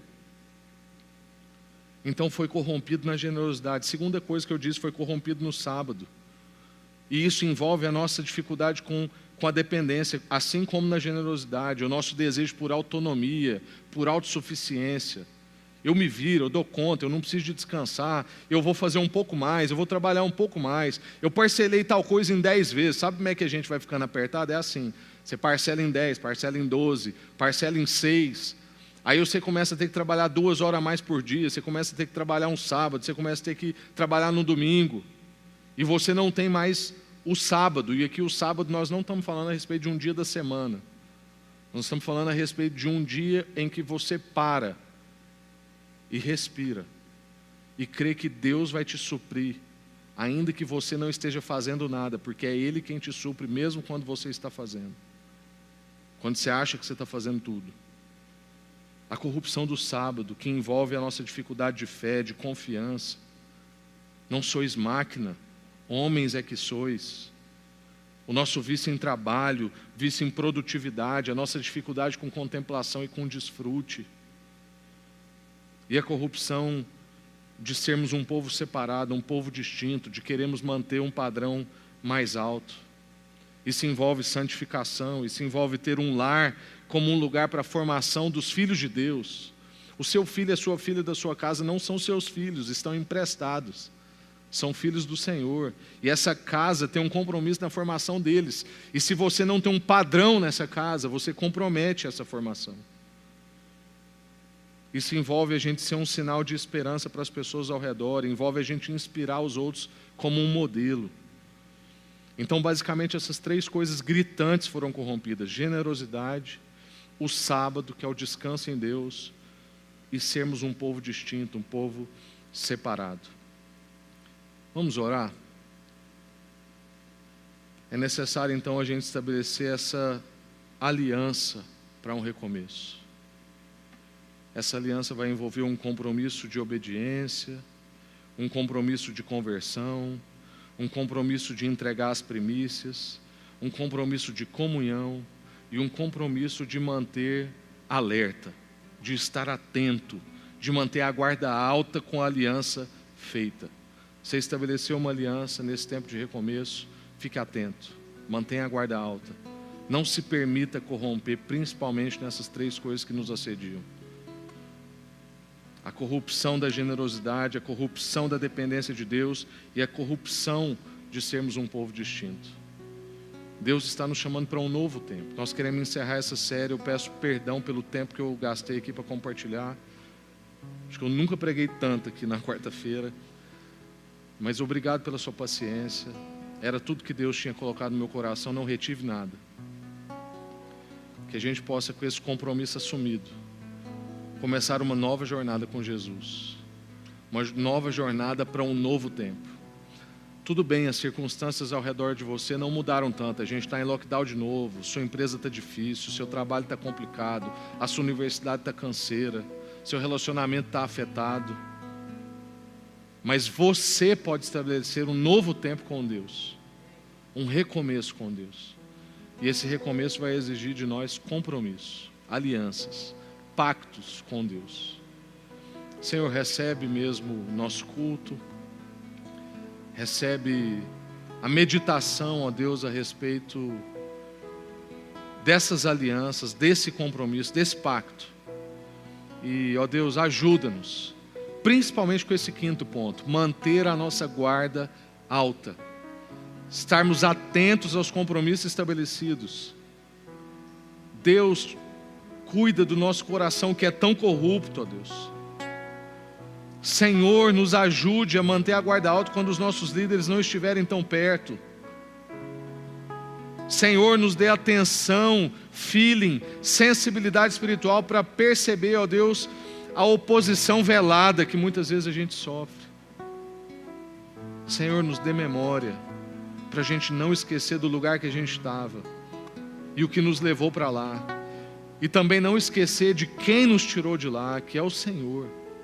Então foi corrompido na generosidade. Segunda coisa que eu disse, foi corrompido no sábado. E isso envolve a nossa dificuldade com a dependência, assim como na generosidade, o nosso desejo por autonomia, por autossuficiência. Eu me viro, eu dou conta, eu não preciso de descansar, eu vou fazer um pouco mais, eu vou trabalhar um pouco mais, eu parcelei tal coisa em 10 vezes. Sabe como é que a gente vai ficando apertado? É assim, você parcela em 10, parcela em 12, parcela em 6, aí você começa a ter que trabalhar 2 horas a mais por dia, você começa a ter que trabalhar um sábado, você começa a ter que trabalhar no domingo, e você não tem mais o sábado. E aqui o sábado nós não estamos falando a respeito de um dia da semana, nós estamos falando a respeito de um dia em que você para e respira e crê que Deus vai te suprir, ainda que você não esteja fazendo nada, porque é Ele quem te supre, mesmo quando você está fazendo, quando você acha que você está fazendo tudo. A corrupção do sábado, que envolve a nossa dificuldade de fé, de confiança. Não sois máquina, homens é que sois. O nosso vício em trabalho, vício em produtividade, a nossa dificuldade com contemplação e com desfrute. E a corrupção de sermos um povo separado, um povo distinto, de queremos manter um padrão mais alto. Isso envolve santificação, isso envolve ter um lar como um lugar para a formação dos filhos de Deus. O seu filho e a sua filha da sua casa não são seus filhos, estão emprestados. São filhos do Senhor. E essa casa tem um compromisso na formação deles. E se você não tem um padrão nessa casa, você compromete essa formação. Isso envolve a gente ser um sinal de esperança para as pessoas ao redor, envolve a gente inspirar os outros como um modelo. Então, basicamente, essas três coisas gritantes foram corrompidas: generosidade, o sábado, que é o descanso em Deus, e sermos um povo distinto, um povo separado. Vamos orar? É necessário então a gente estabelecer essa aliança para um recomeço. Essa aliança vai envolver um compromisso de obediência, um compromisso de conversão, um compromisso de entregar as primícias, um compromisso de comunhão e um compromisso de manter alerta, de estar atento, de manter a guarda alta com a aliança feita. Você estabeleceu uma aliança nesse tempo de recomeço, fique atento, mantenha a guarda alta. Não se permita corromper, principalmente nessas 3 coisas que nos assediam. A corrupção da generosidade, a corrupção da dependência de Deus e a corrupção de sermos um povo distinto. Deus está nos chamando para um novo tempo. Nós queremos encerrar essa série. Eu peço perdão pelo tempo que eu gastei aqui para compartilhar. Acho que eu nunca preguei tanto aqui na quarta-feira. Mas obrigado pela sua paciência. Era tudo que Deus tinha colocado no meu coração, não retive nada. Que a gente possa, com esse compromisso assumido, começar uma nova jornada com Jesus. Uma nova jornada para um novo tempo. Tudo bem, as circunstâncias ao redor de você não mudaram tanto. A gente está em lockdown de novo, sua empresa está difícil, seu trabalho está complicado, a sua universidade está canseira, seu relacionamento está afetado. Mas você pode estabelecer um novo tempo com Deus, um recomeço com Deus. E esse recomeço vai exigir de nós compromisso, alianças, pactos com Deus. Senhor, recebe mesmo o nosso culto, recebe a meditação, ó Deus, a respeito dessas alianças, desse compromisso, desse pacto. E, ó Deus, ajuda-nos, principalmente com esse 5º ponto, manter a nossa guarda alta, estarmos atentos aos compromissos estabelecidos. Deus cuida do nosso coração que é tão corrupto, ó Deus. Senhor, nos ajude a manter a guarda alta quando os nossos líderes não estiverem tão perto. Senhor, nos dê atenção, feeling, sensibilidade espiritual para perceber, ó Deus, a oposição velada que muitas vezes a gente sofre. Senhor, nos dê memória para a gente não esquecer do lugar que a gente estava e o que nos levou para lá. E também não esquecer de quem nos tirou de lá, que é o Senhor.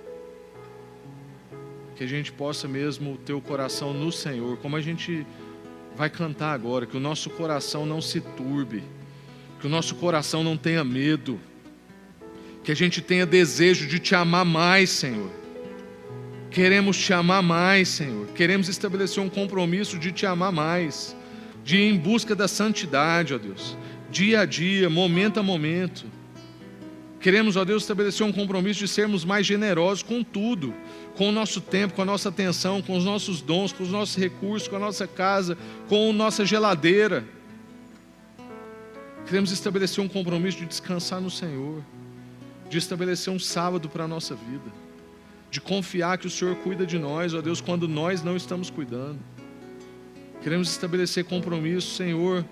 Que a gente possa mesmo ter o coração no Senhor, como a gente vai cantar agora, que o nosso coração não se turbe, que o nosso coração não tenha medo, que a gente tenha desejo de te amar mais, Senhor. Queremos te amar mais, Senhor. Queremos estabelecer um compromisso de te amar mais, de ir em busca da santidade, ó Deus, dia a dia, momento a momento. Queremos, ó Deus, estabelecer um compromisso de sermos mais generosos com tudo, com o nosso tempo, com a nossa atenção, com os nossos dons, com os nossos recursos, com a nossa casa, com a nossa geladeira. Queremos estabelecer um compromisso de descansar no Senhor, de estabelecer um sábado para a nossa vida, de confiar que o Senhor cuida de nós, ó Deus, quando nós não estamos cuidando. Queremos estabelecer compromisso, Senhor,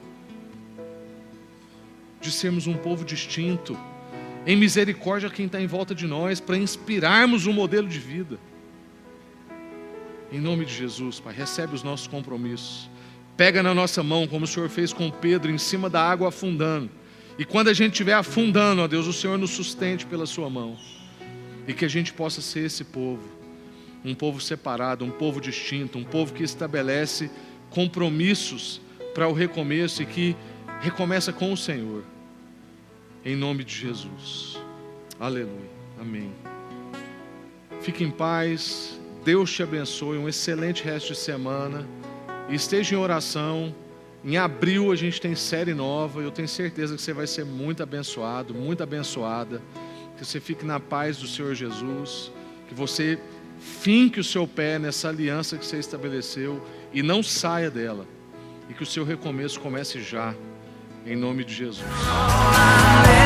de sermos um povo distinto, em misericórdia a quem está em volta de nós, para inspirarmos um modelo de vida. Em nome de Jesus, Pai, recebe os nossos compromissos. Pega na nossa mão, como o Senhor fez com Pedro, em cima da água afundando. E quando a gente estiver afundando, ó Deus, o Senhor nos sustente pela sua mão. E que a gente possa ser esse povo, um povo separado, um povo distinto, um povo que estabelece compromissos para o recomeço e que recomeça com o Senhor. Em nome de Jesus. Aleluia. Amém. Fique em paz. Deus te abençoe. Um excelente resto de semana. E esteja em oração. Em abril a gente tem série nova. Eu tenho certeza que você vai ser muito abençoado, muito abençoada. Que você fique na paz do Senhor Jesus. Que você finque o seu pé nessa aliança que você estabeleceu e não saia dela. E que o seu recomeço comece já. Em nome de Jesus.